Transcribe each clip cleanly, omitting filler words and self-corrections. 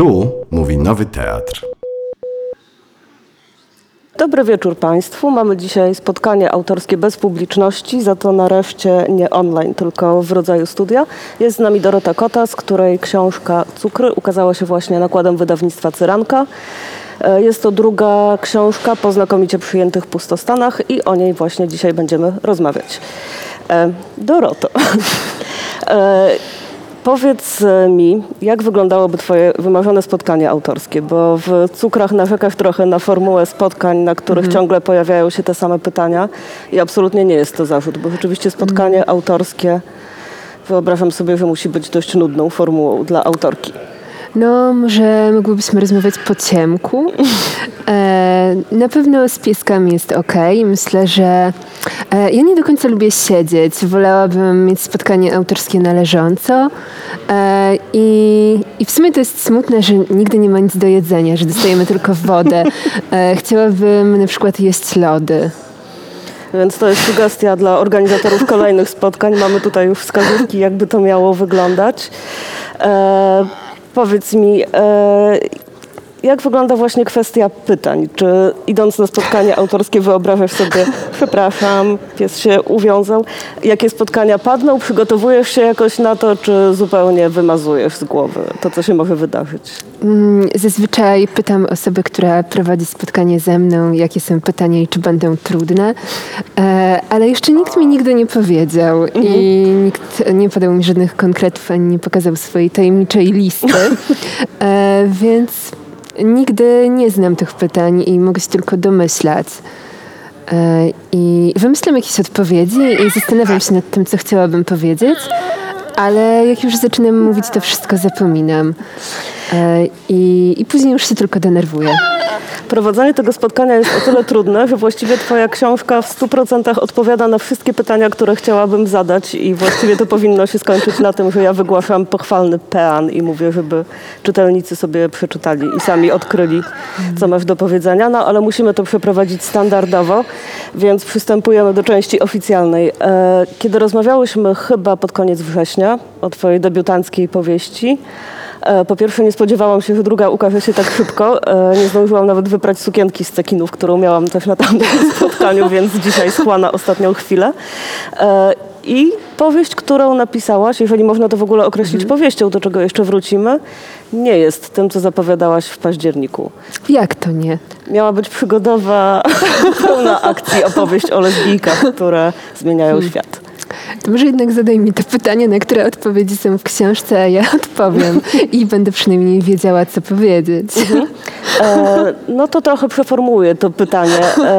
Tu mówi Nowy Teatr. Dobry wieczór Państwu. Mamy dzisiaj spotkanie autorskie bez publiczności, za to nareszcie nie online, tylko w rodzaju studia. Jest z nami Dorota Kota, z której książka Cukry ukazała się właśnie nakładem wydawnictwa Cyranka. Jest to druga książka po znakomicie przyjętych Pustostanach i o niej właśnie dzisiaj będziemy rozmawiać. Doroto, powiedz mi, jak wyglądałoby Twoje wymarzone spotkanie autorskie, bo w Cukrach narzekasz trochę na formułę spotkań, na których ciągle pojawiają się te same pytania i absolutnie nie jest to zarzut, bo rzeczywiście spotkanie autorskie, wyobrażam sobie, że musi być dość nudną formułą dla autorki. No, może mogłybyśmy rozmawiać po ciemku. Na pewno z pieskami jest okej. Myślę, że ja nie do końca lubię siedzieć. Wolałabym mieć spotkanie autorskie należąco. I w sumie to jest smutne, że nigdy nie ma nic do jedzenia, że dostajemy tylko wodę. Chciałabym na przykład jeść lody. Więc to jest sugestia dla organizatorów kolejnych spotkań. Mamy tutaj już wskazówki, jakby to miało wyglądać. Powiedz mi, jak wygląda właśnie kwestia pytań? Czy idąc na spotkanie autorskie wyobrażasz sobie, przepraszam, pies się uwiązał, jakie spotkania padną? Przygotowujesz się jakoś na to, czy zupełnie wymazujesz z głowy to, co się może wydarzyć? Zazwyczaj pytam osobę, która prowadzi spotkanie ze mną, jakie są pytania i czy będą trudne, ale jeszcze nikt mi nigdy nie powiedział i nikt nie podał mi żadnych konkretów, ani nie pokazał swojej tajemniczej listy, więc nigdy nie znam tych pytań i mogę się tylko domyślać. I wymyślam jakieś odpowiedzi i zastanawiam się nad tym, co chciałabym powiedzieć, ale jak już zaczynam mówić, to wszystko zapominam. I później już się tylko denerwuję. Prowadzenie tego spotkania jest o tyle trudne, że właściwie Twoja książka w 100% odpowiada na wszystkie pytania, które chciałabym zadać i właściwie to powinno się skończyć na tym, że ja wygłaszam pochwalny pean i mówię, żeby czytelnicy sobie przeczytali i sami odkryli, co masz do powiedzenia. No ale musimy to przeprowadzić standardowo, więc przystępujemy do części oficjalnej. Kiedy rozmawiałyśmy chyba pod koniec września o Twojej debiutanckiej powieści, po pierwsze nie spodziewałam się, że druga ukaże się tak szybko. Nie zdążyłam nawet wyprać sukienki z cekinów, którą miałam też na tamtym spotkaniu, więc dzisiaj schła na ostatnią chwilę. I powieść, którą napisałaś, jeżeli można to w ogóle określić powieścią, do czego jeszcze wrócimy, nie jest tym, co zapowiadałaś w październiku. Jak to nie? Miała być przygodowa, pełna akcji opowieść o lesbijkach, które zmieniają świat. To może jednak zadaj mi to pytanie, na które odpowiedzi są w książce, a ja odpowiem i będę przynajmniej wiedziała, co powiedzieć. No to trochę przeformułuję to pytanie.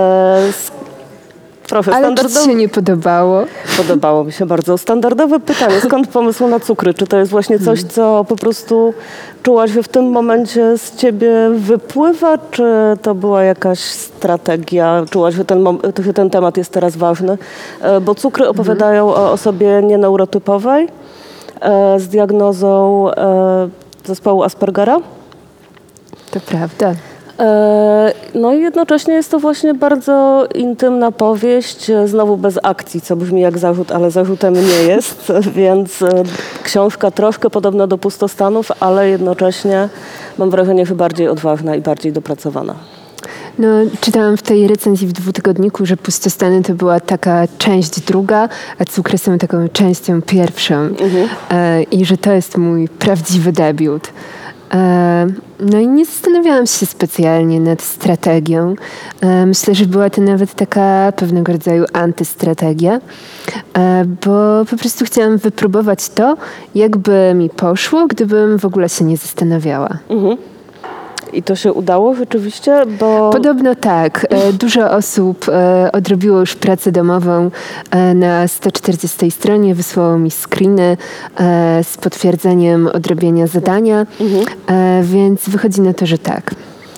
Proszę, ale czy ci się nie podobało? Podobało mi się bardzo. Standardowe pytanie. Skąd pomysł na cukry? Czy to jest właśnie coś, co po prostu czułaś, że w tym momencie z ciebie wypływa? Czy to była jakaś strategia? Czułaś, że ten temat jest teraz ważny? Bo cukry opowiadają o osobie nieneurotypowej z diagnozą zespołu Aspergera. To prawda. No i jednocześnie jest to właśnie bardzo intymna powieść, znowu bez akcji, co brzmi jak zarzut, ale zarzutem nie jest, więc książka troszkę podobna do Pustostanów, ale jednocześnie mam wrażenie, że bardziej odważna i bardziej dopracowana. No, czytałam w tej recenzji w dwutygodniku, że Pustostany to była taka część druga, a Cukry są taką częścią pierwszą. I że to jest mój prawdziwy debiut. No i nie zastanawiałam się specjalnie nad strategią. Myślę, że była to nawet taka pewnego rodzaju antystrategia, bo po prostu chciałam wypróbować to, jakby mi poszło, gdybym w ogóle się nie zastanawiała. I to się udało rzeczywiście? Bo... Podobno tak. Dużo osób odrobiło już pracę domową na 140 stronie, wysłało mi screeny z potwierdzeniem odrobienia zadania, więc wychodzi na to, że tak.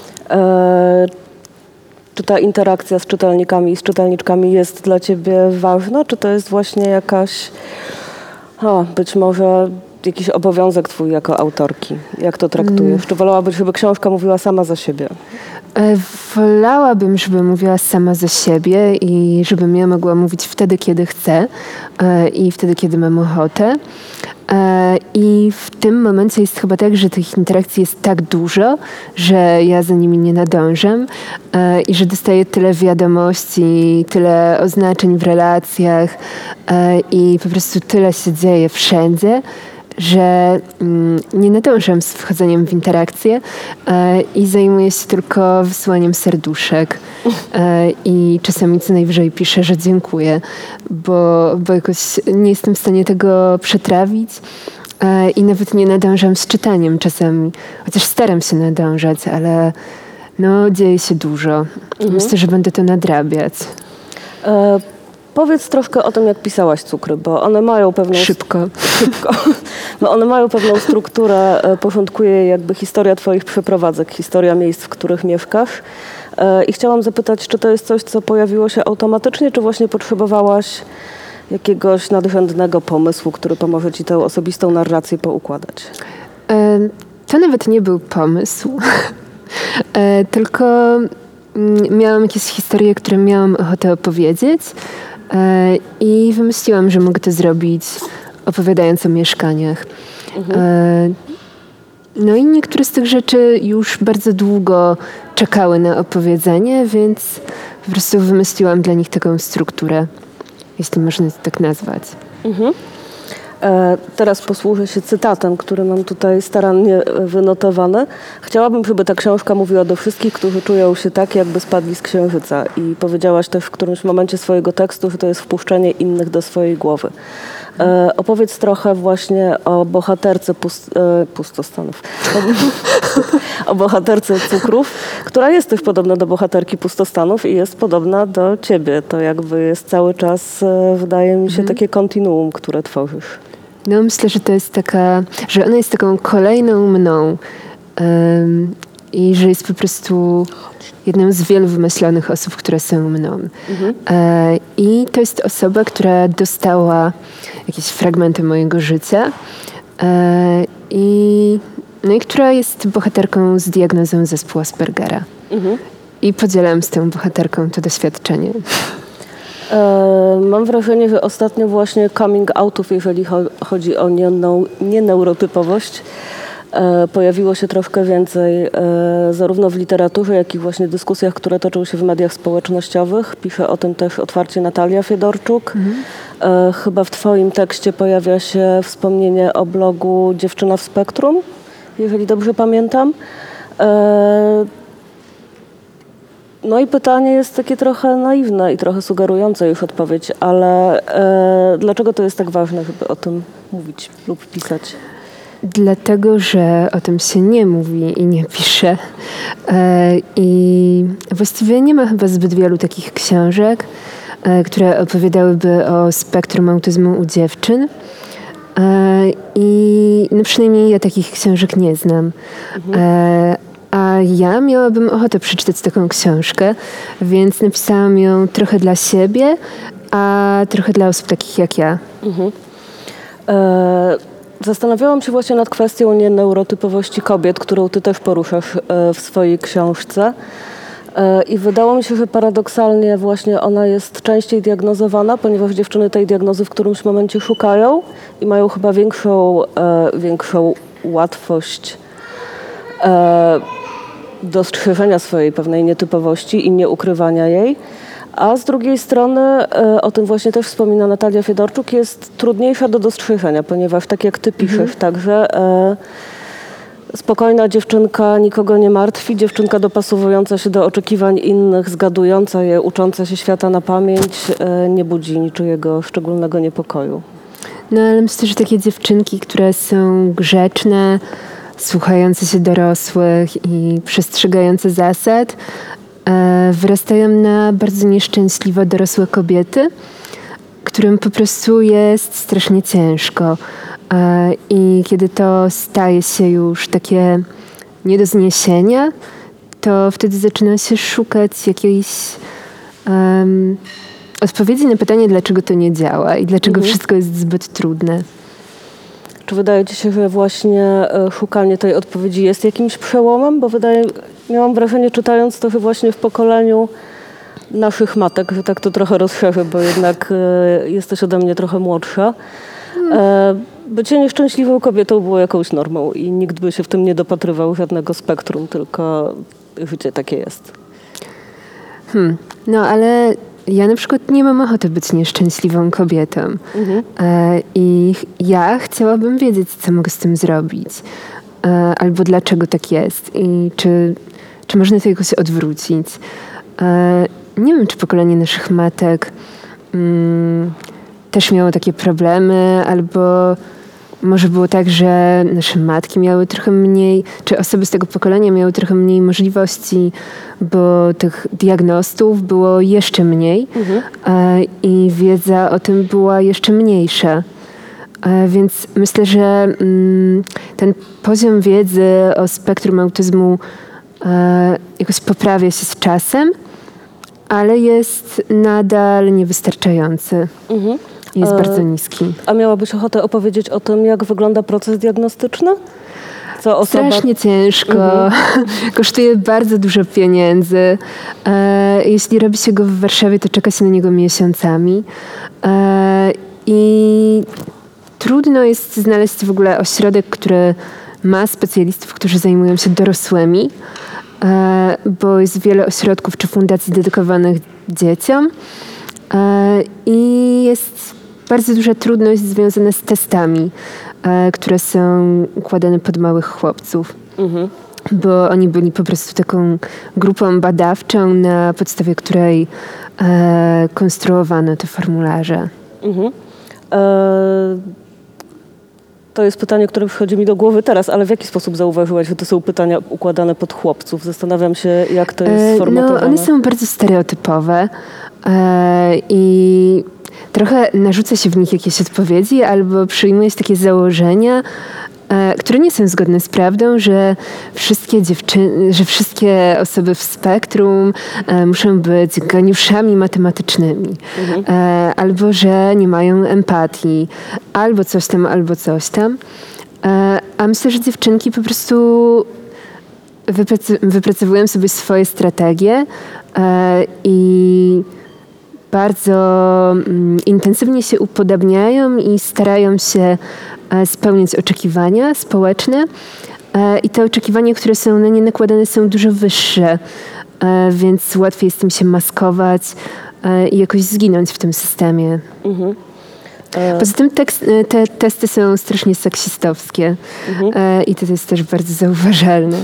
Czy ta interakcja z czytelnikami i z czytelniczkami jest dla ciebie ważna? Czy to jest właśnie jakaś, być może jakiś obowiązek twój jako autorki? Jak to traktujesz? Czy wolałabyś, żeby książka mówiła sama za siebie? Wolałabym, żeby mówiła sama za siebie i żebym ja mogła mówić wtedy, kiedy chcę i wtedy, kiedy mam ochotę. I w tym momencie jest chyba tak, że tych interakcji jest tak dużo, że ja za nimi nie nadążam i że dostaję tyle wiadomości, tyle oznaczeń w relacjach i po prostu tyle się dzieje wszędzie, że nie nadążam z wchodzeniem w interakcje i zajmuję się tylko wysyłaniem serduszek i czasami co najwyżej piszę, że dziękuję, bo jakoś nie jestem w stanie tego przetrawić i nawet nie nadążam z czytaniem czasami, chociaż staram się nadążać, ale no dzieje się dużo. Myślę, że będę to nadrabiać. Powiedz troszkę o tym, jak pisałaś Cukry, bo one mają pewną... Szybko. Bo one mają pewną strukturę, porządkuje je jakby historia twoich przeprowadzek, historia miejsc, w których mieszkasz. I chciałam zapytać, czy to jest coś, co pojawiło się automatycznie, czy właśnie potrzebowałaś jakiegoś nadrzędnego pomysłu, który pomoże ci tę osobistą narrację poukładać? To nawet nie był pomysł, tylko miałam jakieś historie, które miałam ochotę opowiedzieć i wymyśliłam, że mogę to zrobić opowiadając o mieszkaniach. No i niektóre z tych rzeczy już bardzo długo czekały na opowiedzenie, więc po prostu wymyśliłam dla nich taką strukturę, jeśli można to tak nazwać. Teraz posłużę się cytatem, który mam tutaj starannie wynotowany. Chciałabym, żeby ta książka mówiła do wszystkich, którzy czują się tak, jakby spadli z księżyca. I powiedziałaś też w którymś momencie swojego tekstu, że to jest wpuszczenie innych do swojej głowy. Opowiedz trochę właśnie o bohaterce Pustostanów. O bohaterce Cukrów, która jest też podobna do bohaterki Pustostanów i jest podobna do ciebie. To jakby jest cały czas, wydaje mi się, takie kontinuum, które tworzysz. No myślę, że to jest że ona jest taką kolejną mną i że jest po prostu jedną z wielu wymyślonych osób, które są mną. I to jest osoba, która dostała jakieś fragmenty mojego życia i która jest bohaterką z diagnozą zespołu Aspergera. I podzielam z tą bohaterką to doświadczenie. Mam wrażenie, że ostatnio właśnie coming outów, jeżeli chodzi o nieneurotypowość, pojawiło się troszkę więcej zarówno w literaturze, jak i właśnie dyskusjach, które toczą się w mediach społecznościowych. Pisze o tym też otwarcie Natalia Fiedorczuk. Chyba w twoim tekście pojawia się wspomnienie o blogu Dziewczyna w Spektrum, jeżeli dobrze pamiętam. No i pytanie jest takie trochę naiwne i trochę sugerujące już odpowiedź, ale dlaczego to jest tak ważne, żeby o tym mówić lub pisać? Dlatego, że o tym się nie mówi i nie pisze. I właściwie nie ma chyba zbyt wielu takich książek, które opowiadałyby o spektrum autyzmu u dziewczyn. I no przynajmniej ja takich książek nie znam. A ja miałabym ochotę przeczytać taką książkę, więc napisałam ją trochę dla siebie, a trochę dla osób takich jak ja. Zastanawiałam się właśnie nad kwestią nieneurotypowości kobiet, którą ty też poruszasz w swojej książce. I wydało mi się, że paradoksalnie właśnie ona jest częściej diagnozowana, ponieważ dziewczyny tej diagnozy w którymś momencie szukają i mają chyba większą łatwość dostrzeżenia swojej pewnej nietypowości i nieukrywania jej. A z drugiej strony, o tym właśnie też wspomina Natalia Fiedorczuk, jest trudniejsza do dostrzeżenia, ponieważ tak jak ty piszesz także, spokojna dziewczynka nikogo nie martwi, dziewczynka dopasowująca się do oczekiwań innych, zgadująca je, ucząca się świata na pamięć, nie budzi niczyjego szczególnego niepokoju. No ale myślę, że takie dziewczynki, które są grzeczne, słuchające się dorosłych i przestrzegające zasad, wyrastają na bardzo nieszczęśliwe dorosłe kobiety, którym po prostu jest strasznie ciężko. I kiedy to staje się już takie nie do zniesienia, to wtedy zaczyna się szukać jakiejś odpowiedzi na pytanie, dlaczego to nie działa i dlaczego wszystko jest zbyt trudne. Czy wydaje ci się, że właśnie szukanie tej odpowiedzi jest jakimś przełomem? Bo miałam wrażenie, czytając to, że właśnie w pokoleniu naszych matek, że tak to trochę rozszerzę, bo jednak jesteś ode mnie trochę młodsza, bycie nieszczęśliwą kobietą było jakąś normą i nikt by się w tym nie dopatrywał żadnego spektrum, tylko życie takie jest. No ale ja na przykład nie mam ochoty być nieszczęśliwą kobietą. I ja chciałabym wiedzieć, co mogę z tym zrobić. Albo dlaczego tak jest. I czy można to jakoś odwrócić. Nie wiem, czy pokolenie naszych matek też miało takie problemy, albo może było tak, że nasze matki miały trochę mniej, czy osoby z tego pokolenia miały trochę mniej możliwości, bo tych diagnostów było jeszcze mniej i wiedza o tym była jeszcze mniejsza. Więc myślę, że ten poziom wiedzy o spektrum autyzmu jakoś poprawia się z czasem, ale jest nadal niewystarczający. Jest bardzo niski. A miałabyś ochotę opowiedzieć o tym, jak wygląda proces diagnostyczny? Strasznie ciężko. Kosztuje bardzo dużo pieniędzy. Jeśli robi się go w Warszawie, to czeka się na niego miesiącami. I trudno jest znaleźć w ogóle ośrodek, który ma specjalistów, którzy zajmują się dorosłymi, bo jest wiele ośrodków czy fundacji dedykowanych dzieciom i jest bardzo duża trudność związana z testami, które są układane pod małych chłopców, bo oni byli po prostu taką grupą badawczą, na podstawie której konstruowano te formularze. To jest pytanie, które przychodzi mi do głowy teraz, ale w jaki sposób zauważyłaś, że to są pytania układane pod chłopców? Zastanawiam się, jak to jest sformatowane. No, one są bardzo stereotypowe i trochę narzuca się w nich jakieś odpowiedzi albo przyjmuje się takie założenia, które nie są zgodne z prawdą, że wszystkie osoby w spektrum muszą być geniuszami matematycznymi, albo że nie mają empatii, albo coś tam. A myślę, że dziewczynki po prostu wypracowują sobie swoje strategie i bardzo intensywnie się upodabniają i starają się spełniać oczekiwania społeczne. I te oczekiwania, które są na nie nakładane, są dużo wyższe, więc łatwiej jest tym się maskować i jakoś zginąć w tym systemie. Poza tym te testy są strasznie seksistowskie i to jest też bardzo zauważalne.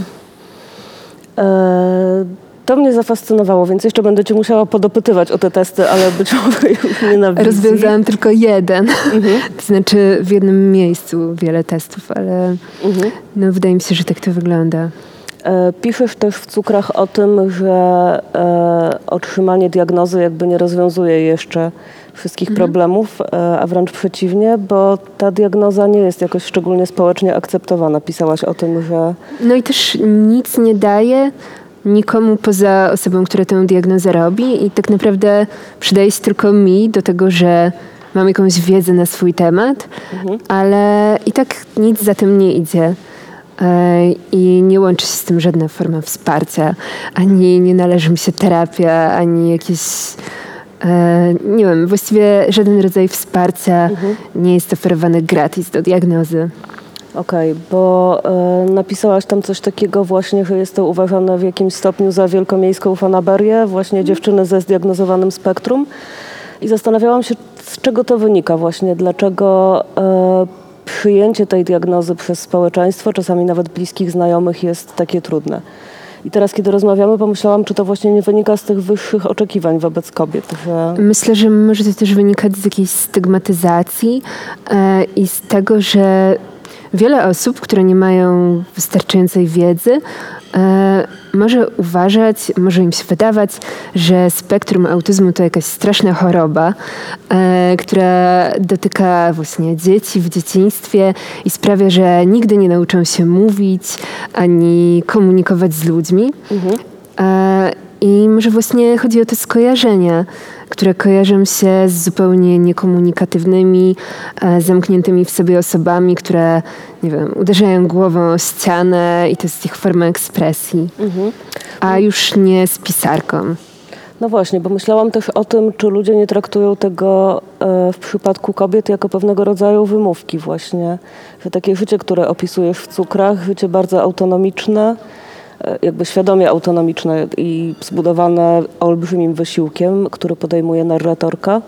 To mnie zafascynowało, więc jeszcze będę cię musiała podopytywać o te testy, ale być może już nie na wizji. Rozwiązałam tylko jeden. To znaczy w jednym miejscu wiele testów, ale no, wydaje mi się, że tak to wygląda. Piszesz też w Cukrach o tym, że otrzymanie diagnozy jakby nie rozwiązuje jeszcze wszystkich problemów, a wręcz przeciwnie, bo ta diagnoza nie jest jakoś szczególnie społecznie akceptowana. Pisałaś o tym, że... No i też nic nie daje nikomu poza osobą, która tę diagnozę robi i tak naprawdę przydaje się tylko mi do tego, że mam jakąś wiedzę na swój temat, ale i tak nic za tym nie idzie. I nie łączy się z tym żadna forma wsparcia, ani nie należy mi się terapia, ani jakieś, nie wiem, właściwie żaden rodzaj wsparcia nie jest oferowany gratis do diagnozy. Okej, bo napisałaś tam coś takiego właśnie, że jest to uważane w jakimś stopniu za wielkomiejską fanaberię, właśnie dziewczyny ze zdiagnozowanym spektrum. I zastanawiałam się, z czego to wynika właśnie, dlaczego przyjęcie tej diagnozy przez społeczeństwo, czasami nawet bliskich znajomych, jest takie trudne. I teraz, kiedy rozmawiamy, pomyślałam, czy to właśnie nie wynika z tych wyższych oczekiwań wobec kobiet. Że... Myślę, że może to też wynikać z jakiejś stygmatyzacji i z tego, że wiele osób, które nie mają wystarczającej wiedzy, może uważać, może im się wydawać, że spektrum autyzmu to jakaś straszna choroba, która dotyka właśnie dzieci w dzieciństwie i sprawia, że nigdy nie nauczą się mówić ani komunikować z ludźmi. I może właśnie chodzi o te skojarzenia, które kojarzą się z zupełnie niekomunikatywnymi, zamkniętymi w sobie osobami, które, nie wiem, uderzają głową o ścianę i to jest ich forma ekspresji, a już nie z pisarką. No właśnie, bo myślałam też o tym, czy ludzie nie traktują tego w przypadku kobiet jako pewnego rodzaju wymówki właśnie. Że takie życie, które opisujesz w cukrach, życie bardzo autonomiczne, jakby świadomie autonomiczne i zbudowane olbrzymim wysiłkiem, który podejmuje narratorka.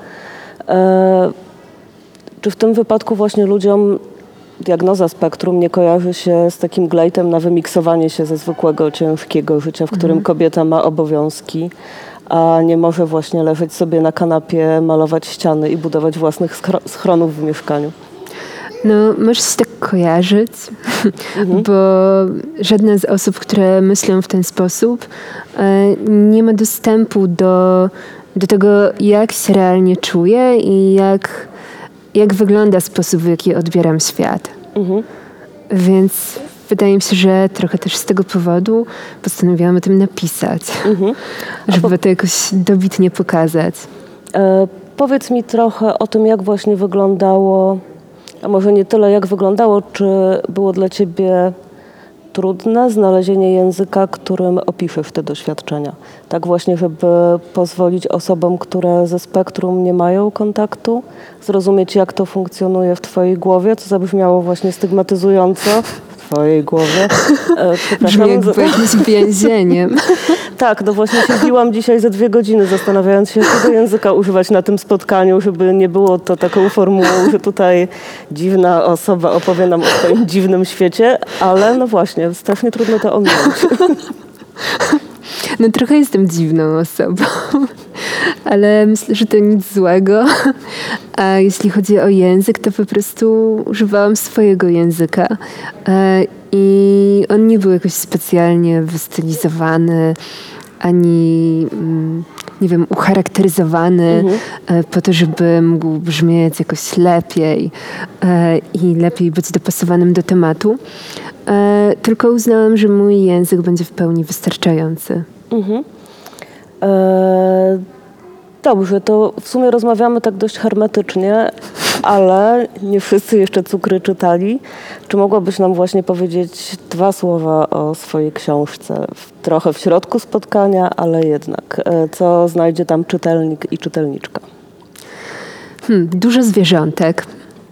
Czy w tym wypadku właśnie ludziom diagnoza spektrum nie kojarzy się z takim glejtem na wymiksowanie się ze zwykłego, ciężkiego życia, w którym kobieta ma obowiązki, a nie może właśnie leżeć sobie na kanapie, malować ściany i budować własnych schronów w mieszkaniu? No, może się tak kojarzyć, bo żadna z osób, które myślą w ten sposób, nie ma dostępu do tego, jak się realnie czuję i jak wygląda sposób, w jaki odbieram świat. Więc wydaje mi się, że trochę też z tego powodu postanowiłam o tym napisać, żeby to jakoś dobitnie pokazać. Powiedz mi trochę o tym, jak właśnie wyglądało, a może nie tyle jak wyglądało, czy było dla ciebie trudne znalezienie języka, którym opiszesz te doświadczenia. Tak właśnie, żeby pozwolić osobom, które ze spektrum nie mają kontaktu, zrozumieć, jak to funkcjonuje w twojej głowie, co zabrzmiało właśnie stygmatyzująco w twojej głowie. Brzmi jakby jakimś więzieniem. Tak, no właśnie siedziłam dzisiaj ze 2 godziny zastanawiając się, jakiego języka używać na tym spotkaniu, żeby nie było to taką formułą, że tutaj dziwna osoba opowie nam o swoim dziwnym świecie, ale no właśnie, strasznie trudno to ominąć. No trochę jestem dziwną osobą, ale myślę, że to nic złego. A jeśli chodzi o język, to po prostu używałam swojego języka. I on nie był jakoś specjalnie wystylizowany, ani, nie wiem, ucharakteryzowany po to, żeby mógł brzmieć jakoś lepiej i lepiej być dopasowanym do tematu. Tylko uznałam, że mój język będzie w pełni wystarczający. Dobrze, to w sumie rozmawiamy tak dość hermetycznie, ale nie wszyscy jeszcze cukry czytali. Czy mogłabyś nam właśnie powiedzieć 2 słowa o swojej książce? Trochę w środku spotkania, ale jednak. Co znajdzie tam czytelnik i czytelniczka? Dużo zwierzątek.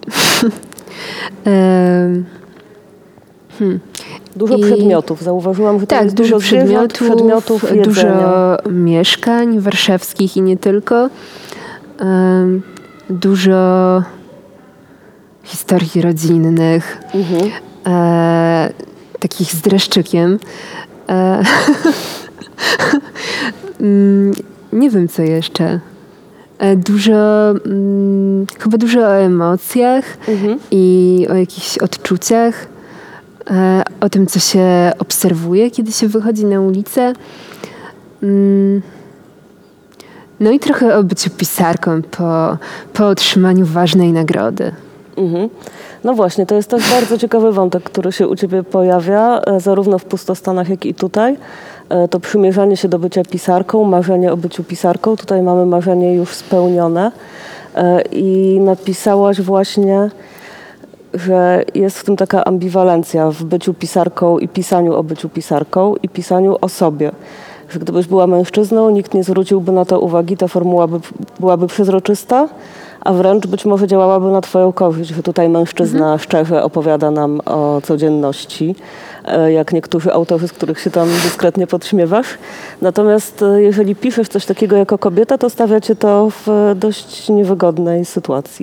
Dużo przedmiotów. Zauważyłam, że to tak, jest dużo przedmiotów jedzenia. Dużo mieszkań warszawskich i nie tylko. Dużo historii rodzinnych. Takich z dreszczykiem. Nie wiem, co jeszcze. Chyba dużo o emocjach i o jakichś odczuciach. O tym, co się obserwuje, kiedy się wychodzi na ulicę. No i trochę o byciu pisarką po otrzymaniu ważnej nagrody. No właśnie, to jest też bardzo ciekawy wątek, który się u ciebie pojawia, zarówno w Pustostanach, jak i tutaj. To przymierzanie się do bycia pisarką, marzenie o byciu pisarką. Tutaj mamy marzenie już spełnione. I napisałaś właśnie, że jest w tym taka ambiwalencja w byciu pisarką i pisaniu o byciu pisarką i pisaniu o sobie. Że gdybyś była mężczyzną, nikt nie zwróciłby na to uwagi, ta formuła byłaby przezroczysta, a wręcz być może działałaby na twoją korzyść, że tutaj mężczyzna szczerze opowiada nam o codzienności, jak niektórzy autorzy, z których się tam dyskretnie podśmiewasz. Natomiast jeżeli piszesz coś takiego jako kobieta, to stawia cię to w dość niewygodnej sytuacji.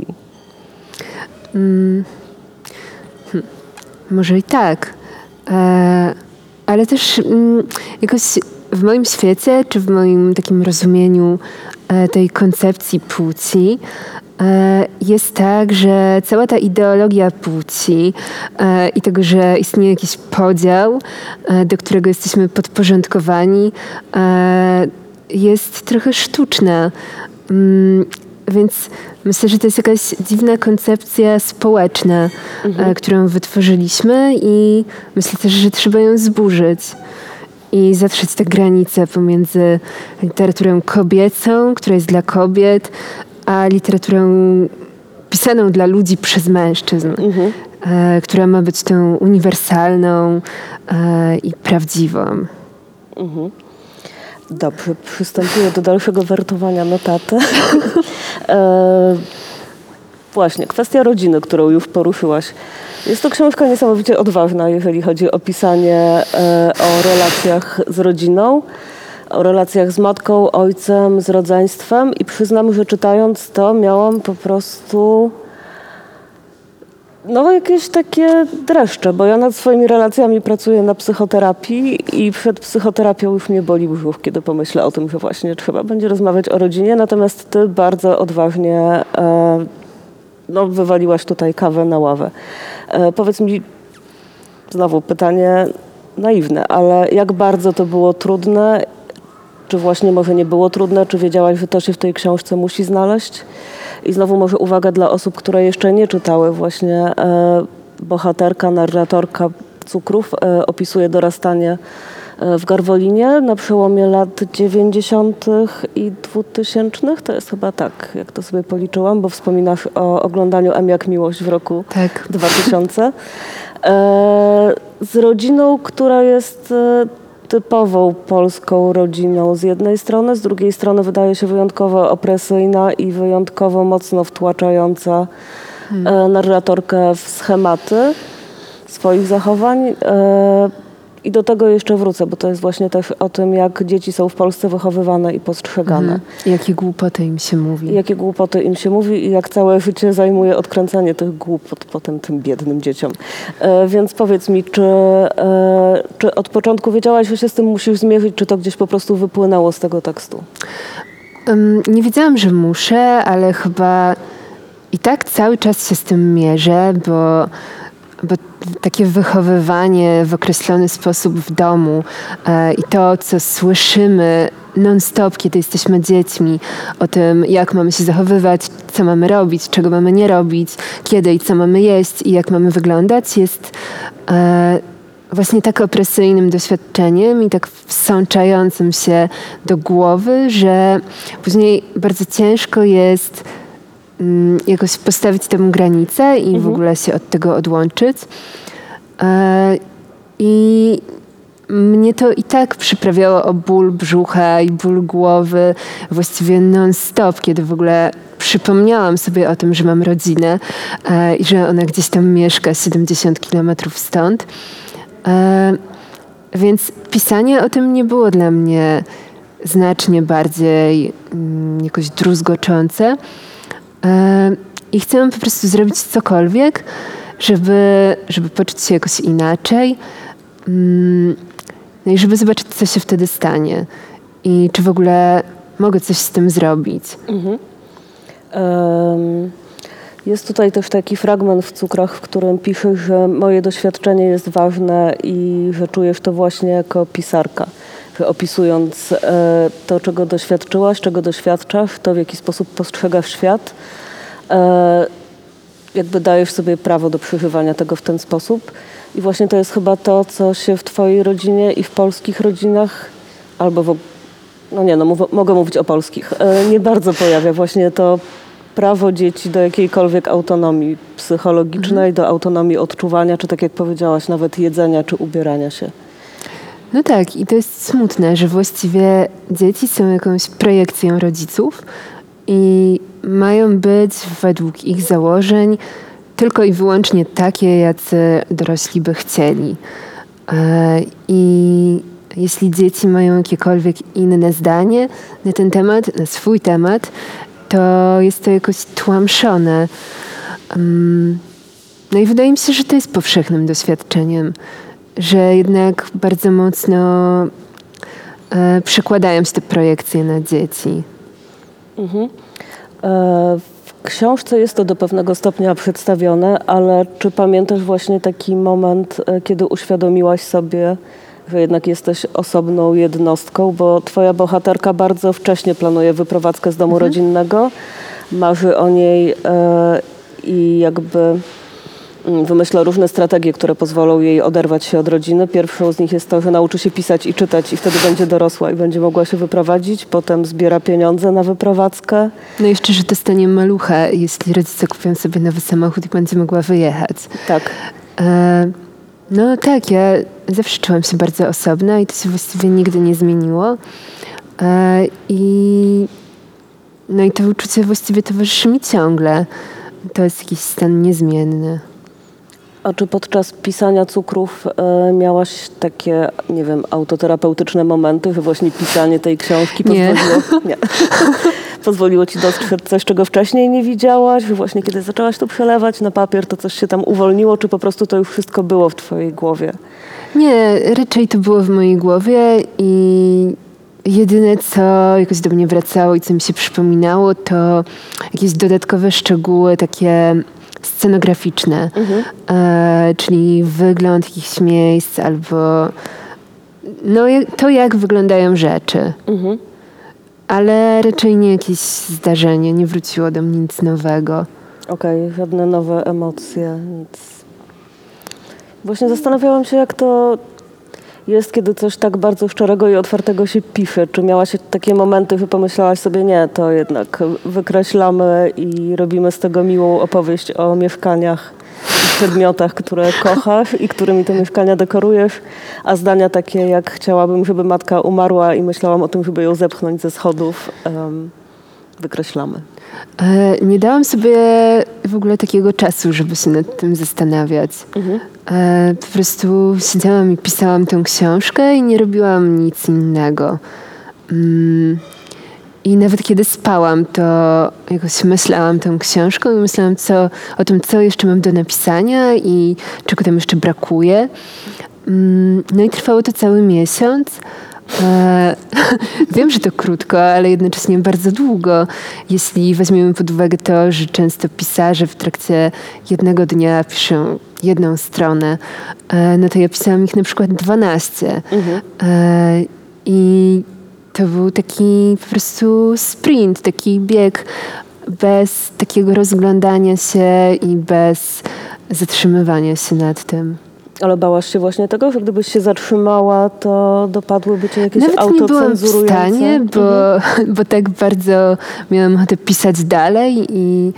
Może i tak. Ale też jakoś w moim świecie, czy w moim takim rozumieniu tej koncepcji płci jest tak, że cała ta ideologia płci i tego, że istnieje jakiś podział, do którego jesteśmy podporządkowani, jest trochę sztuczna. Więc myślę, że to jest jakaś dziwna koncepcja społeczna, którą wytworzyliśmy i myślę też, że trzeba ją zburzyć i zatrzeć te granice pomiędzy literaturą kobiecą, która jest dla kobiet, a literaturą pisaną dla ludzi przez mężczyzn, która ma być tą uniwersalną i prawdziwą. Dobrze, przystępuję do dalszego wertowania notatek. Właśnie, kwestia rodziny, którą już poruszyłaś. Jest to książka niesamowicie odważna, jeżeli chodzi o pisanie o relacjach z rodziną, o relacjach z matką, ojcem, z rodzeństwem i przyznam, że czytając to miałam po prostu jakieś takie dreszcze, bo ja nad swoimi relacjami pracuję na psychoterapii i przed psychoterapią już mnie boli brzuch, kiedy pomyślę o tym, że właśnie trzeba będzie rozmawiać o rodzinie, natomiast ty bardzo odważnie wywaliłaś tutaj kawę na ławę. Powiedz mi, znowu pytanie naiwne, ale jak bardzo to było trudne? Czy właśnie może nie było trudne? Czy wiedziałaś, że to się w tej książce musi znaleźć? I znowu może uwaga dla osób, które jeszcze nie czytały. Właśnie bohaterka, narratorka Cukrów opisuje dorastanie w Garwolinie na przełomie lat 90. i 2000. To jest chyba tak, jak to sobie policzyłam, bo wspominasz o oglądaniu M jak miłość w roku 2000. Z rodziną, która jest typową polską rodziną z jednej strony, z drugiej strony wydaje się wyjątkowo opresyjna i wyjątkowo mocno wtłaczająca narratorkę w schematy swoich zachowań. I do tego jeszcze wrócę, bo to jest właśnie też o tym, jak dzieci są w Polsce wychowywane i postrzegane. Jakie głupoty im się mówi. Jakie głupoty im się mówi i jak całe życie zajmuje odkręcanie tych głupot potem tym biednym dzieciom. Więc powiedz mi, czy od początku wiedziałaś, że się z tym musisz zmierzyć, czy to gdzieś po prostu wypłynęło z tego tekstu? Nie wiedziałam, że muszę, ale chyba i tak cały czas się z tym mierzę, bo takie wychowywanie w określony sposób w domu i to, co słyszymy non-stop, kiedy jesteśmy dziećmi, o tym, jak mamy się zachowywać, co mamy robić, czego mamy nie robić, kiedy i co mamy jeść i jak mamy wyglądać, jest właśnie tak opresyjnym doświadczeniem i tak wsączającym się do głowy, że później bardzo ciężko jest jakoś postawić tę granicę i w ogóle się od tego odłączyć. I mnie to i tak przyprawiało o ból brzucha i ból głowy właściwie non-stop, kiedy w ogóle przypomniałam sobie o tym, że mam rodzinę i że ona gdzieś tam mieszka 70 kilometrów stąd. Więc pisanie o tym nie było dla mnie znacznie bardziej jakoś druzgoczące. I chcę po prostu zrobić cokolwiek, żeby poczuć się jakoś inaczej. No i żeby zobaczyć, co się wtedy stanie. I czy w ogóle mogę coś z tym zrobić. Jest tutaj też taki fragment w Cukrach, w którym piszesz, że moje doświadczenie jest ważne i że czujesz to właśnie jako pisarka. Że opisując to, czego doświadczyłaś, czego doświadczasz, to w jaki sposób postrzegasz świat, jakby dajesz sobie prawo do przeżywania tego w ten sposób. I właśnie to jest chyba to, co się w twojej rodzinie i w polskich rodzinach, albo mogę mówić o polskich, nie bardzo pojawia. Właśnie to prawo dzieci do jakiejkolwiek autonomii psychologicznej, do autonomii odczuwania, czy tak jak powiedziałaś, nawet jedzenia, czy ubierania się. No tak, i to jest smutne, że właściwie dzieci są jakąś projekcją rodziców i mają być według ich założeń tylko i wyłącznie takie, jacy dorośli by chcieli. I jeśli dzieci mają jakiekolwiek inne zdanie na ten temat, na swój temat, to jest to jakoś tłamszone. No i wydaje mi się, że to jest powszechnym doświadczeniem, że jednak bardzo mocno przekładają się te projekcje na dzieci. W książce jest to do pewnego stopnia przedstawione, ale czy pamiętasz właśnie taki moment, kiedy uświadomiłaś sobie, że jednak jesteś osobną jednostką, bo twoja bohaterka bardzo wcześnie planuje wyprowadzkę z domu rodzinnego, marzy o niej i jakby wymyśla różne strategie, które pozwolą jej oderwać się od rodziny. Pierwszą z nich jest to, że nauczy się pisać i czytać i wtedy będzie dorosła i będzie mogła się wyprowadzić. Potem zbiera pieniądze na wyprowadzkę. No jeszcze, że dostanie malucha, jeśli rodzice kupią sobie nowy samochód i będzie mogła wyjechać. Tak. No tak, ja zawsze czułam się bardzo osobna i to się właściwie nigdy nie zmieniło. No i to uczucie właściwie towarzyszy mi ciągle. To jest jakiś stan niezmienny. A czy podczas pisania cukrów miałaś takie, nie wiem, autoterapeutyczne momenty, że właśnie pisanie tej książki pozwoliło ci dostrzec coś, czego wcześniej nie widziałaś, że właśnie kiedy zaczęłaś to przelewać na papier, to coś się tam uwolniło, czy po prostu to już wszystko było w twojej głowie? Nie, raczej to było w mojej głowie i jedyne, co jakoś do mnie wracało i co mi się przypominało, to jakieś dodatkowe szczegóły takie scenograficzne, czyli wygląd jakichś miejsc albo to, jak wyglądają rzeczy. Ale raczej nie jakieś zdarzenie, nie wróciło do mnie nic nowego. Okej, żadne nowe emocje, nic. Właśnie zastanawiałam się, jak to jest, kiedy coś tak bardzo szczerego i otwartego się pisze. Czy miałaś takie momenty, że pomyślałaś sobie, nie, to jednak wykreślamy i robimy z tego miłą opowieść o mieszkaniach i przedmiotach, które kochasz i którymi te mieszkania dekorujesz, a zdania takie, jak chciałabym, żeby matka umarła i myślałam o tym, żeby ją zepchnąć ze schodów, wykreślamy. Nie dałam sobie w ogóle takiego czasu, żeby się nad tym zastanawiać. Po prostu siedziałam i pisałam tę książkę i nie robiłam nic innego. I nawet kiedy spałam, to jakoś myślałam tą książką i myślałam o tym, co jeszcze mam do napisania i czego tam jeszcze brakuje. No i trwało to cały miesiąc. Wiem, że to krótko, ale jednocześnie bardzo długo. Jeśli weźmiemy pod uwagę to, że często pisarze w trakcie jednego dnia piszą jedną stronę, no to ja pisałam ich na przykład 12. I to był taki po prostu sprint, taki bieg bez takiego rozglądania się i bez zatrzymywania się nad tym. Ale bałaś się właśnie tego, że gdybyś się zatrzymała, to dopadłyby cię jakieś autocenzurujące? Nawet nie byłam w stanie, bo tak bardzo miałam ochotę pisać dalej i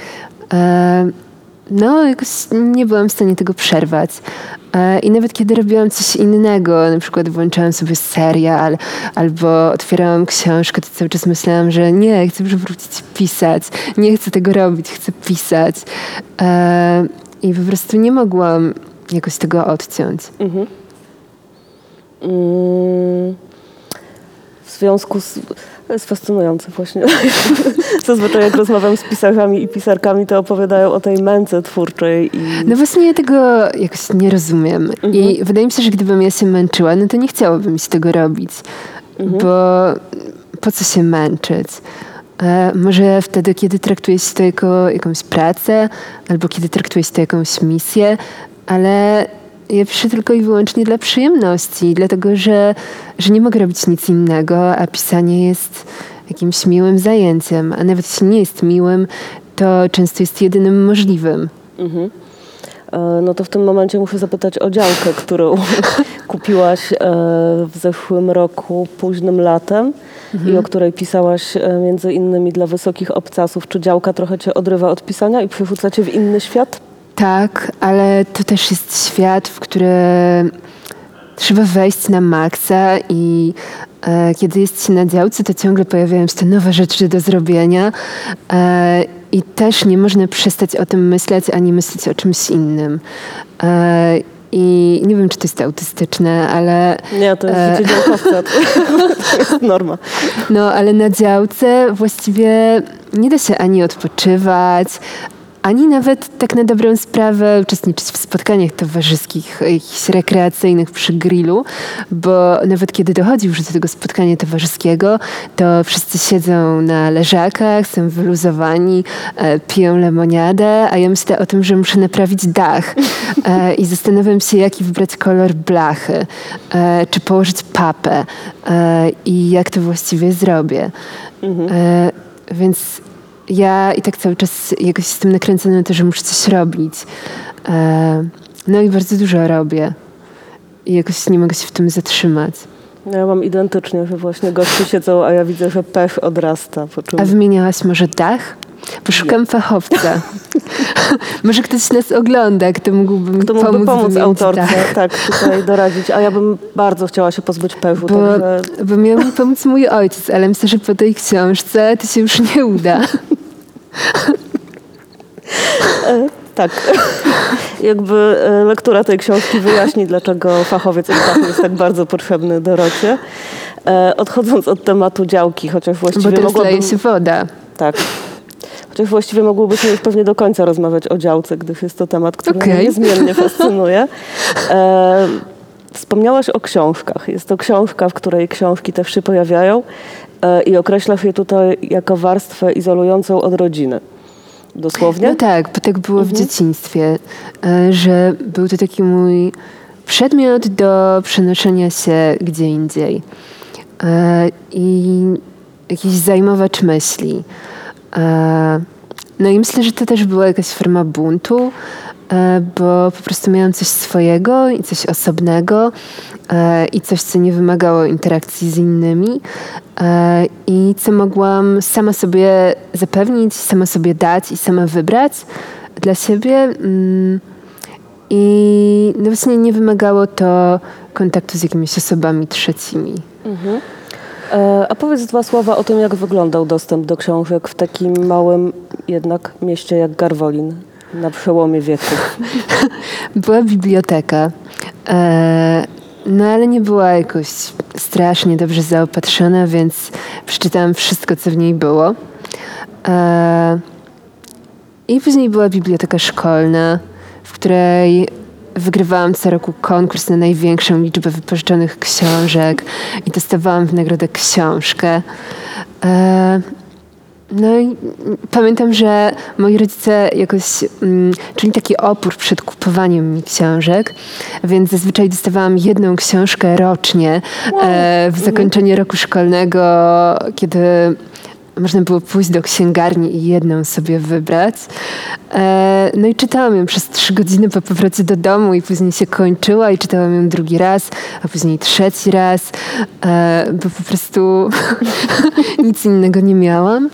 jakoś nie byłam w stanie tego przerwać. I nawet kiedy robiłam coś innego, na przykład włączałam sobie serial albo otwierałam książkę, to cały czas myślałam, że nie, chcę już wrócić pisać. Nie chcę tego robić, chcę pisać. I po prostu nie mogłam jakoś tego odciąć. W związku z... To jest fascynujące właśnie. Zazwyczaj jak rozmawiam z pisarzami i pisarkami, to opowiadają o tej męce twórczej. No właśnie ja tego jakoś nie rozumiem. I wydaje mi się, że gdybym ja się męczyła, no to nie chciałabym się tego robić. Bo po co się męczyć? Może wtedy, kiedy traktuje się to jako jakąś pracę, albo kiedy traktuje się to jakąś misję, ale ja piszę tylko i wyłącznie dla przyjemności, dlatego że nie mogę robić nic innego, a pisanie jest jakimś miłym zajęciem, a nawet jeśli nie jest miłym, to często jest jedynym możliwym. No to w tym momencie muszę zapytać o działkę, którą kupiłaś w zeszłym roku, późnym latem i o której pisałaś między innymi dla Wysokich Obcasów. Czy działka trochę cię odrywa od pisania i przerzuca cię w inny świat? Tak, ale to też jest świat, w który trzeba wejść na maksa i kiedy jest się na działce, to ciągle pojawiają się te nowe rzeczy do zrobienia i też nie można przestać o tym myśleć, ani myśleć o czymś innym. I nie wiem, czy to jest autystyczne, ale... Nie, to jest życie działkowca. To jest norma. No, ale na działce właściwie nie da się ani odpoczywać, ani nawet tak na dobrą sprawę uczestniczyć w spotkaniach towarzyskich, jakichś rekreacyjnych przy grillu, bo nawet kiedy dochodzi już do tego spotkania towarzyskiego, to wszyscy siedzą na leżakach, są wyluzowani, piją lemoniadę, a ja myślę o tym, że muszę naprawić dach i zastanawiam się, jaki wybrać kolor blachy, czy położyć papę i jak to właściwie zrobię. Więc ja i tak cały czas jakoś jestem nakręcona na to, że muszę coś robić. No i bardzo dużo robię. I jakoś nie mogę się w tym zatrzymać. Ja mam identycznie, że właśnie goście siedzą, a ja widzę, że pech odrasta. A wymieniałaś może dach? Poszukam fachowca. Może ktoś nas ogląda, kto mógłby mi To mógłby pomóc wymienić, autorce, tak, tutaj doradzić. A ja bym bardzo chciała się pozbyć pężu, także... Bo miał mi pomóc mój ojciec, ale myślę, że po tej książce to się już nie uda. Tak. Jakby lektura tej książki wyjaśni, dlaczego fachowiec empatyczny jest tak bardzo potrzebny Dorocie. Odchodząc od tematu działki, chociaż właściwie Bo teraz leje się woda. Tak. Chociaż właściwie mogłybyśmy już pewnie do końca rozmawiać o działce, gdyż jest to temat, który mnie niezmiennie fascynuje. Wspomniałaś o książkach. Jest to książka, w której książki też się pojawiają i określasz je tutaj jako warstwę izolującą od rodziny. Dosłownie? No tak, bo tak było w dzieciństwie, że był to taki mój przedmiot do przenoszenia się gdzie indziej. I jakiś zajmowacz myśli. No i myślę, że to też była jakaś forma buntu, bo po prostu miałam coś swojego i coś osobnego i coś, co nie wymagało interakcji z innymi i co mogłam sama sobie zapewnić, sama sobie dać i sama wybrać dla siebie. I no właśnie nie wymagało to kontaktu z jakimiś osobami trzecimi. Mhm. A powiedz dwa słowa o tym, jak wyglądał dostęp do książek w takim małym jednak mieście jak Garwolin na przełomie wieków. Była biblioteka, no ale nie była jakoś strasznie dobrze zaopatrzona, więc przeczytałam wszystko, co w niej było. I później była biblioteka szkolna, w której wygrywałam co roku konkurs na największą liczbę wypożyczonych książek i dostawałam w nagrodę książkę. No i pamiętam, że moi rodzice jakoś czuli taki opór przed kupowaniem mi książek, więc zazwyczaj dostawałam jedną książkę rocznie w zakończenie roku szkolnego, kiedy można było pójść do księgarni i jedną sobie wybrać. No i czytałam ją przez 3 godziny po powrocie do domu i później się kończyła i czytałam ją drugi raz, a później trzeci raz, bo po prostu nic innego nie miałam.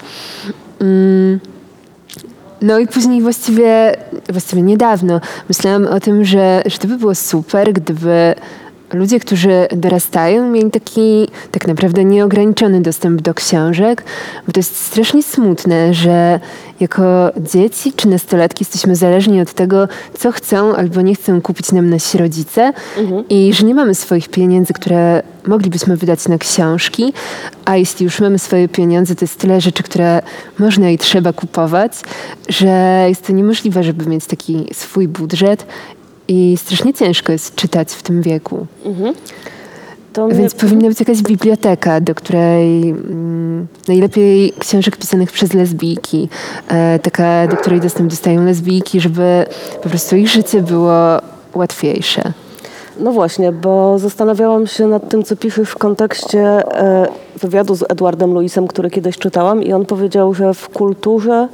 No i później właściwie niedawno myślałam o tym, że to by było super, gdyby ludzie, którzy dorastają, mieli taki tak naprawdę nieograniczony dostęp do książek, bo to jest strasznie smutne, że jako dzieci czy nastolatki jesteśmy zależni od tego, co chcą albo nie chcą kupić nam nasi rodzice i że nie mamy swoich pieniędzy, które moglibyśmy wydać na książki, a jeśli już mamy swoje pieniądze, to jest tyle rzeczy, które można i trzeba kupować, że jest to niemożliwe, żeby mieć taki swój budżet. I strasznie ciężko jest czytać w tym wieku. Więc powinna być jakaś biblioteka, do której najlepiej książek pisanych przez lesbijki, taka, do której dostęp dostają lesbijki, żeby po prostu ich życie było łatwiejsze. No właśnie, bo zastanawiałam się nad tym, co piszesz w kontekście wywiadu z Edwardem Lewisem, który kiedyś czytałam i on powiedział, że w kulturze...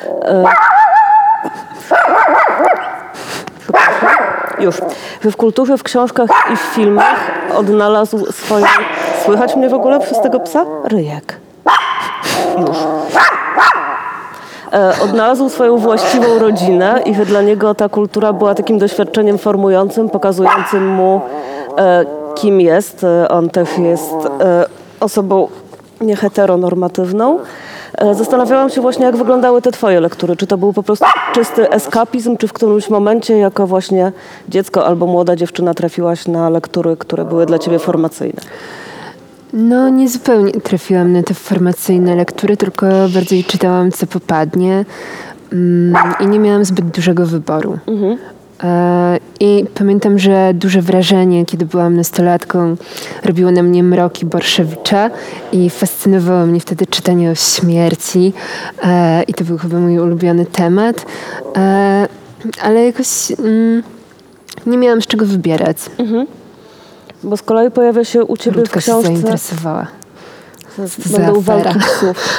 że w kulturze, w książkach i w filmach odnalazł swoją... Słychać mnie w ogóle przez tego psa? Ryjek. Już. Odnalazł swoją właściwą rodzinę i że dla niego ta kultura była takim doświadczeniem formującym, pokazującym mu, kim jest. On też jest osobą nieheteronormatywną. Zastanawiałam się właśnie, jak wyglądały te twoje lektury. Czy to był po prostu czysty eskapizm, czy w którymś momencie jako właśnie dziecko albo młoda dziewczyna trafiłaś na lektury, które były dla ciebie formacyjne? No nie zupełnie trafiłam na te formacyjne lektury, tylko bardziej czytałam, co popadnie i nie miałam zbyt dużego wyboru. I pamiętam, że duże wrażenie, kiedy byłam nastolatką, robiło na mnie Mroki Borszewicza i fascynowało mnie wtedy czytanie o śmierci i to był chyba mój ulubiony temat, ale jakoś nie miałam z czego wybierać. Bo z kolei pojawia się u ciebie Ludka w książce... się zainteresowała. Będą walki psów.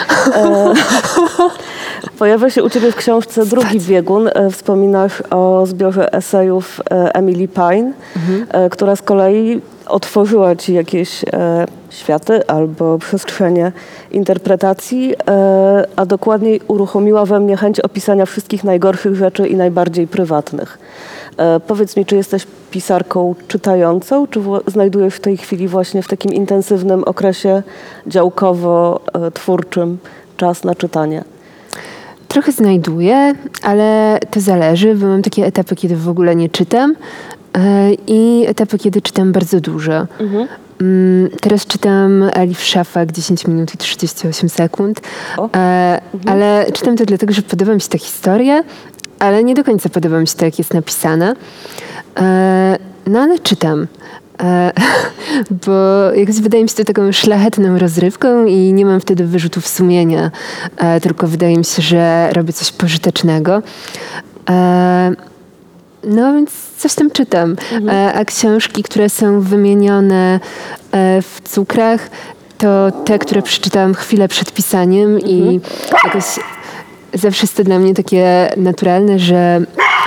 Pojawia się u ciebie w książce drugi biegun. Wspominasz o zbiorze esejów Emily Pine, która z kolei otworzyła ci jakieś światy albo przestrzenie interpretacji, a dokładniej uruchomiła we mnie chęć opisania wszystkich najgorszych rzeczy i najbardziej prywatnych. Powiedz mi, czy jesteś pisarką czytającą, czy znajdujesz w tej chwili właśnie w takim intensywnym okresie działkowo-twórczym czas na czytanie? Trochę znajduję, ale to zależy, bo mam takie etapy, kiedy w ogóle nie czytam i etapy, kiedy czytam bardzo dużo. Teraz czytam Elif Shafak 10 minut i 38 sekund, ale czytam to dlatego, że podoba mi się ta historia, ale nie do końca podoba mi się to, jak jest napisana. No ale czytam. Bo jakoś wydaje mi się to taką szlachetną rozrywką i nie mam wtedy wyrzutów sumienia, tylko wydaje mi się, że robię coś pożytecznego. No więc coś tam czytam. A książki, które są wymienione w cukrach, to te, które przeczytałam chwilę przed pisaniem i jakoś zawsze jest to dla mnie takie naturalne, że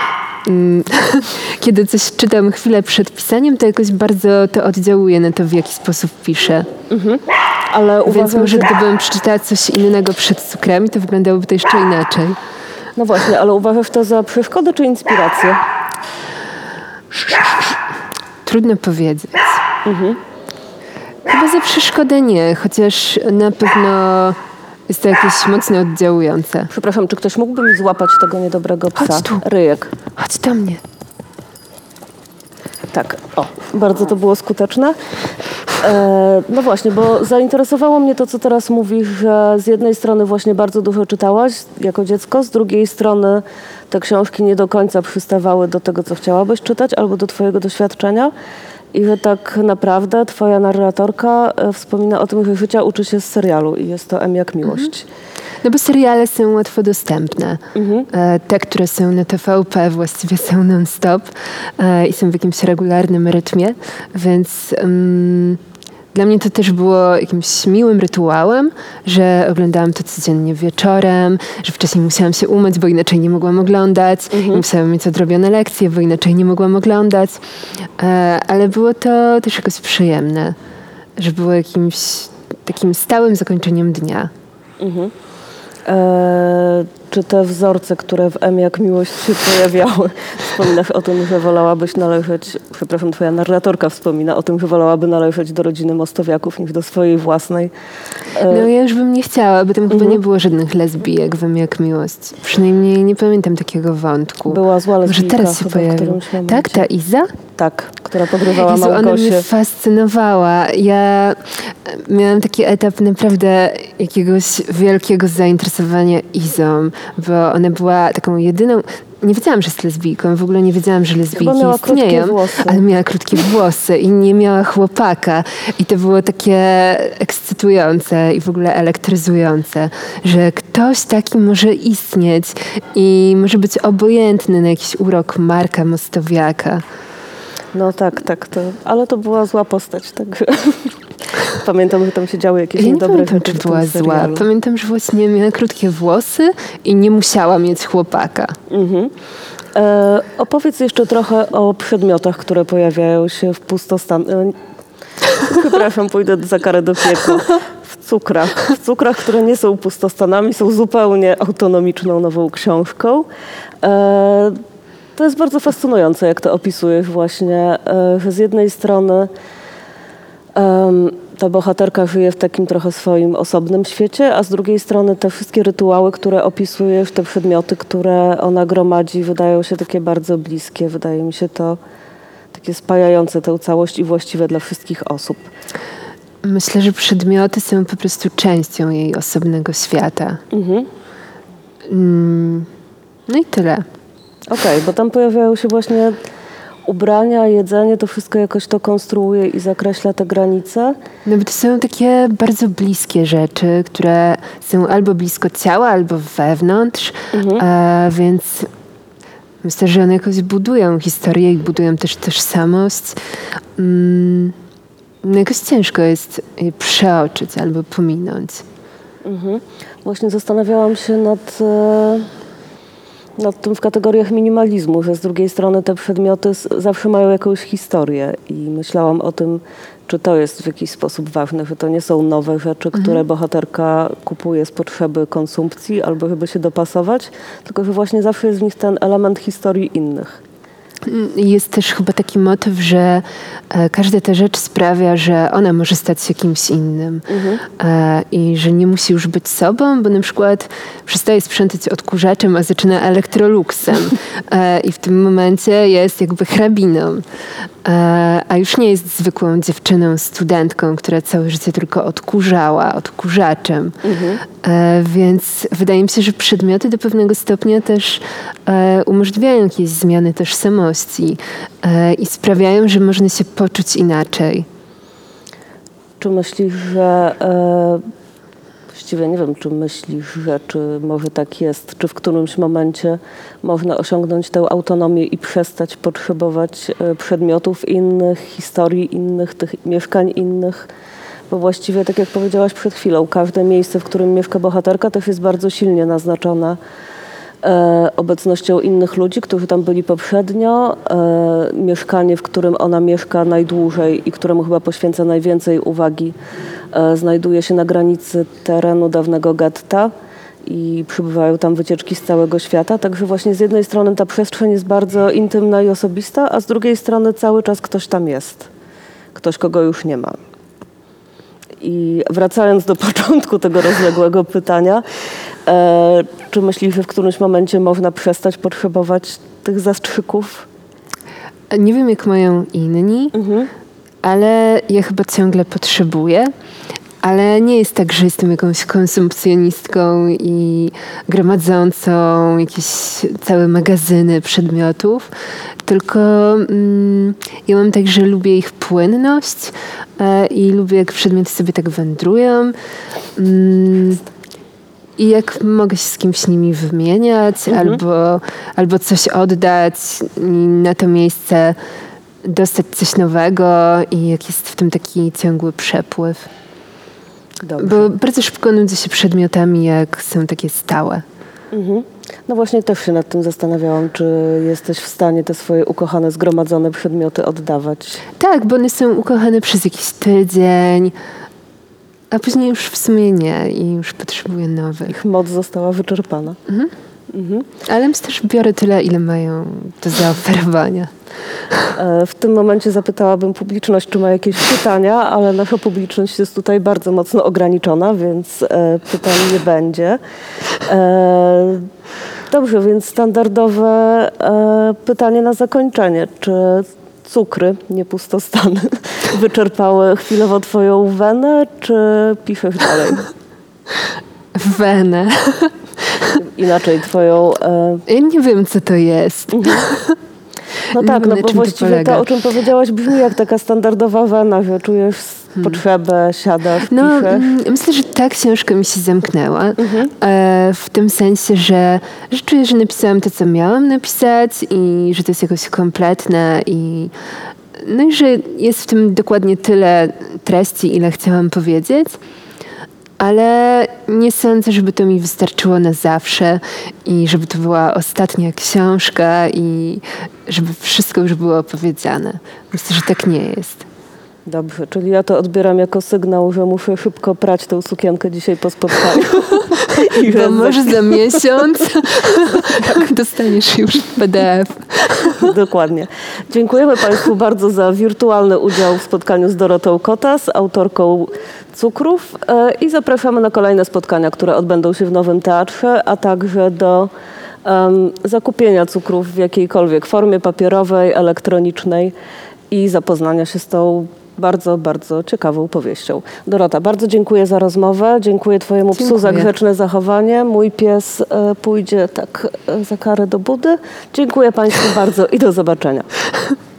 kiedy coś czytam chwilę przed pisaniem, to jakoś bardzo to oddziałuje na to, w jaki sposób piszę. Ale Więc może gdybym przeczytała coś innego przed cukrami, to wyglądałoby to jeszcze inaczej. No właśnie, ale uważasz to za przeszkodę czy inspirację? Trudno powiedzieć. Chyba za przeszkodę nie, chociaż na pewno jest to jakieś mocno oddziałujące. Przepraszam, czy ktoś mógłby mi złapać tego niedobrego psa? Chodź tu. Ryjek. Chodź do mnie. Tak, bardzo to było skuteczne. No właśnie, bo zainteresowało mnie to, co teraz mówisz, że z jednej strony właśnie bardzo dużo czytałaś jako dziecko, z drugiej strony te książki nie do końca przystawały do tego, co chciałabyś czytać albo do twojego doświadczenia i że tak naprawdę twoja narratorka wspomina o tym, że życia uczy się z serialu i jest to M jak miłość. No bo seriale są łatwo dostępne. Te, które są na TVP właściwie są non-stop i są w jakimś regularnym rytmie, więc dla mnie to też było jakimś miłym rytuałem, że oglądałam to codziennie wieczorem, że wcześniej musiałam się umyć, bo inaczej nie mogłam oglądać. Musiałam mieć odrobione lekcje, bo inaczej nie mogłam oglądać. Ale było to też jakoś przyjemne, że było jakimś takim stałym zakończeniem dnia. Czy te wzorce, które w M jak miłość się pojawiały, wspominasz o tym, że wolałabyś należeć, przepraszam, twoja narratorka wspomina o tym, że wolałaby należeć do rodziny Mostowiaków niż do swojej własnej. No ja już bym nie chciała, bo tam chyba nie było żadnych lesbijek w M jak miłość. Przynajmniej nie pamiętam takiego wątku. Była zła lesbijka. Może teraz się pojawił. Tak, ta Iza? Tak, która pogrywała Jezu, ona Małgosię. mnie fascynowała. Ja miałam taki etap naprawdę jakiegoś wielkiego zainteresowania Izą, bo ona była taką jedyną... Nie wiedziałam, że jest lesbijką, w ogóle nie wiedziałam, że lesbijki miała istnieją, krótkie włosy. ale miała krótkie włosy i nie miała chłopaka. I to było takie ekscytujące i w ogóle elektryzujące, że ktoś taki może istnieć i może być obojętny na jakiś urok Marka Mostowiaka. No tak, ale to była zła postać, także pamiętam, że tam się działy jakieś Ja nie niedobre pamiętam, rzeczy czy w tym była zła. serialu. Pamiętam, że właśnie miała krótkie włosy i nie musiała mieć chłopaka. Opowiedz jeszcze trochę o przedmiotach, które pojawiają się w przepraszam, pójdę za karę do piekła. W cukrach, które nie są pustostanami, są zupełnie autonomiczną nową książką. To jest bardzo fascynujące, jak to opisujesz właśnie, że z jednej strony ta bohaterka żyje w takim trochę swoim osobnym świecie, a z drugiej strony te wszystkie rytuały, które opisujesz, te przedmioty, które ona gromadzi, wydają się takie bardzo bliskie. Wydaje mi się to takie spajające tę całość i właściwe dla wszystkich osób. Myślę, że przedmioty są po prostu częścią jej osobnego świata. No i tyle. Okej, bo tam pojawiają się właśnie ubrania, jedzenie, to wszystko jakoś to konstruuje i zakreśla te granice. No bo to są takie bardzo bliskie rzeczy, które są albo blisko ciała, albo wewnątrz, więc myślę, że one jakoś budują historię i budują też tożsamość. No jakoś ciężko jest je przeoczyć albo nad tym w kategoriach minimalizmu, że z drugiej strony te przedmioty zawsze mają jakąś historię i myślałam o tym, czy to jest w jakiś sposób ważne, że to nie są nowe rzeczy, które bohaterka kupuje z potrzeby konsumpcji albo żeby się dopasować, tylko że właśnie zawsze jest w nich ten element historii innych. Jest też chyba taki motyw, że każda ta rzecz sprawia, że ona może stać się kimś innym i że nie musi już być sobą, bo na przykład przestaje sprzątać odkurzaczem, a zaczyna Electroluxem i w tym momencie jest jakby hrabiną, a już nie jest zwykłą dziewczyną, studentką, która całe życie tylko odkurzała odkurzaczem. Więc wydaje mi się, że przedmioty do pewnego stopnia też umożliwiają jakieś zmiany tożsamości i sprawiają, że można się poczuć inaczej. Czy myślisz, że właściwie nie wiem, czy myślisz, że czy może tak jest, czy w którymś momencie można osiągnąć tę autonomię i przestać potrzebować przedmiotów innych, historii innych, tych mieszkań innych? Bo właściwie, tak jak powiedziałaś przed chwilą, każde miejsce, w którym mieszka bohaterka, też jest bardzo silnie naznaczone obecnością innych ludzi, którzy tam byli poprzednio. Mieszkanie, w którym ona mieszka najdłużej i któremu chyba poświęca najwięcej uwagi, znajduje się na granicy terenu dawnego getta i przybywają tam wycieczki z całego świata. Także właśnie z jednej strony ta przestrzeń jest bardzo intymna i osobista, a z drugiej strony cały czas ktoś tam jest. Ktoś, kogo już nie ma. I wracając do początku tego rozległego pytania, czy myślisz, że w którymś momencie można przestać potrzebować tych zastrzyków? Nie wiem, jak mają inni, ale ja chyba ciągle potrzebuję. Ale nie jest tak, że jestem jakąś konsumpcjonistką i gromadzącą jakieś całe magazyny przedmiotów, tylko ja mam tak, że lubię ich płynność i lubię, jak przedmioty sobie tak wędrują. I jak mogę się z kimś nimi wymieniać albo coś oddać i na to miejsce dostać coś nowego i jak jest w tym taki ciągły przepływ. Dobrze. Bo bardzo szybko nudzę się przedmiotami, jak są takie stałe. No właśnie też się nad tym zastanawiałam, czy jesteś w stanie te swoje ukochane, zgromadzone przedmioty oddawać. Tak, bo one są ukochane przez jakiś tydzień, a później już w sumie nie i już potrzebuję nowych. Ich moc została wyczerpana. Ale myślę, że biorę tyle, ile mają do zaoferowania. W tym momencie zapytałabym publiczność, czy ma jakieś pytania, ale nasza publiczność jest tutaj bardzo mocno ograniczona, więc pytań nie będzie. Dobrze, więc standardowe pytanie na zakończenie. Czy cukry, nie pustostany, wyczerpały chwilowo twoją wenę, czy piszesz dalej? Wenę. Inaczej twoją... Ja nie wiem, co to jest. No tak, wiem, no na bo czym to właściwie polega. to, o czym powiedziałaś, brzmi jak taka standardowa wena, że czujesz potrzebę, siadasz, piszesz. Myślę, że ta książka mi się zamknęła. W tym sensie, że czuję, że napisałam to, co miałam napisać i że to jest jakoś kompletne no i że jest w tym dokładnie tyle treści, ile chciałam powiedzieć. Ale nie sądzę, żeby to mi wystarczyło na zawsze i żeby to była ostatnia książka i żeby wszystko już było opowiedziane. Myślę, że tak nie jest. Dobrze, czyli ja to odbieram jako sygnał, że muszę szybko prać tę sukienkę dzisiaj po spotkaniu. Bo może za miesiąc dostaniesz już PDF. Dokładnie. Dziękujemy Państwu bardzo za wirtualny udział w spotkaniu z Dorotą Kotas, autorką Cukrów i zapraszamy na kolejne spotkania, które odbędą się w Nowym Teatrze, a także do zakupienia cukrów w jakiejkolwiek formie papierowej, elektronicznej i zapoznania się z tą bardzo, bardzo ciekawą powieścią. Dorota, bardzo dziękuję za rozmowę. Dziękuję twojemu psu za grzeczne zachowanie. Mój pies pójdzie tak za karę do budy. Dziękuję Państwu bardzo i do zobaczenia.